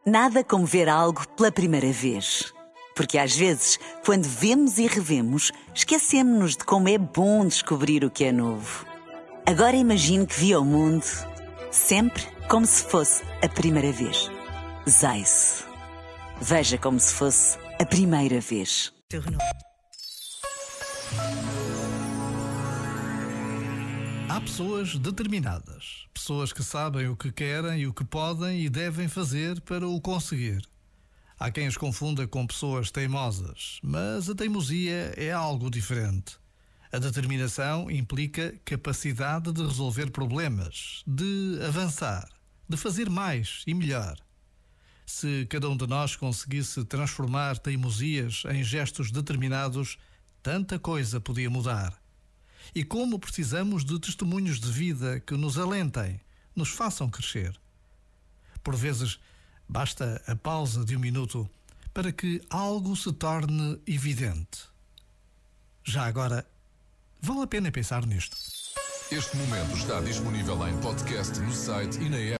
Nada como ver algo pela primeira vez. Porque às vezes, quando vemos e revemos, esquecemos-nos de como é bom descobrir o que é novo. Agora imagine que viu o mundo sempre como se fosse a primeira vez. Zais. Veja como se fosse a primeira vez. Há pessoas determinadas, pessoas que sabem o que querem e o que podem e devem fazer para o conseguir. Há quem as confunda com pessoas teimosas, mas a teimosia é algo diferente. A determinação implica capacidade de resolver problemas, de avançar, de fazer mais e melhor. Se cada um de nós conseguisse transformar teimosias em gestos determinados, tanta coisa podia mudar. E como precisamos de testemunhos de vida que nos alentem, nos façam crescer. Por vezes, basta a pausa de um minuto para que algo se torne evidente. Já agora, vale a pena pensar nisto. Este momento está disponível em podcast no site e na app.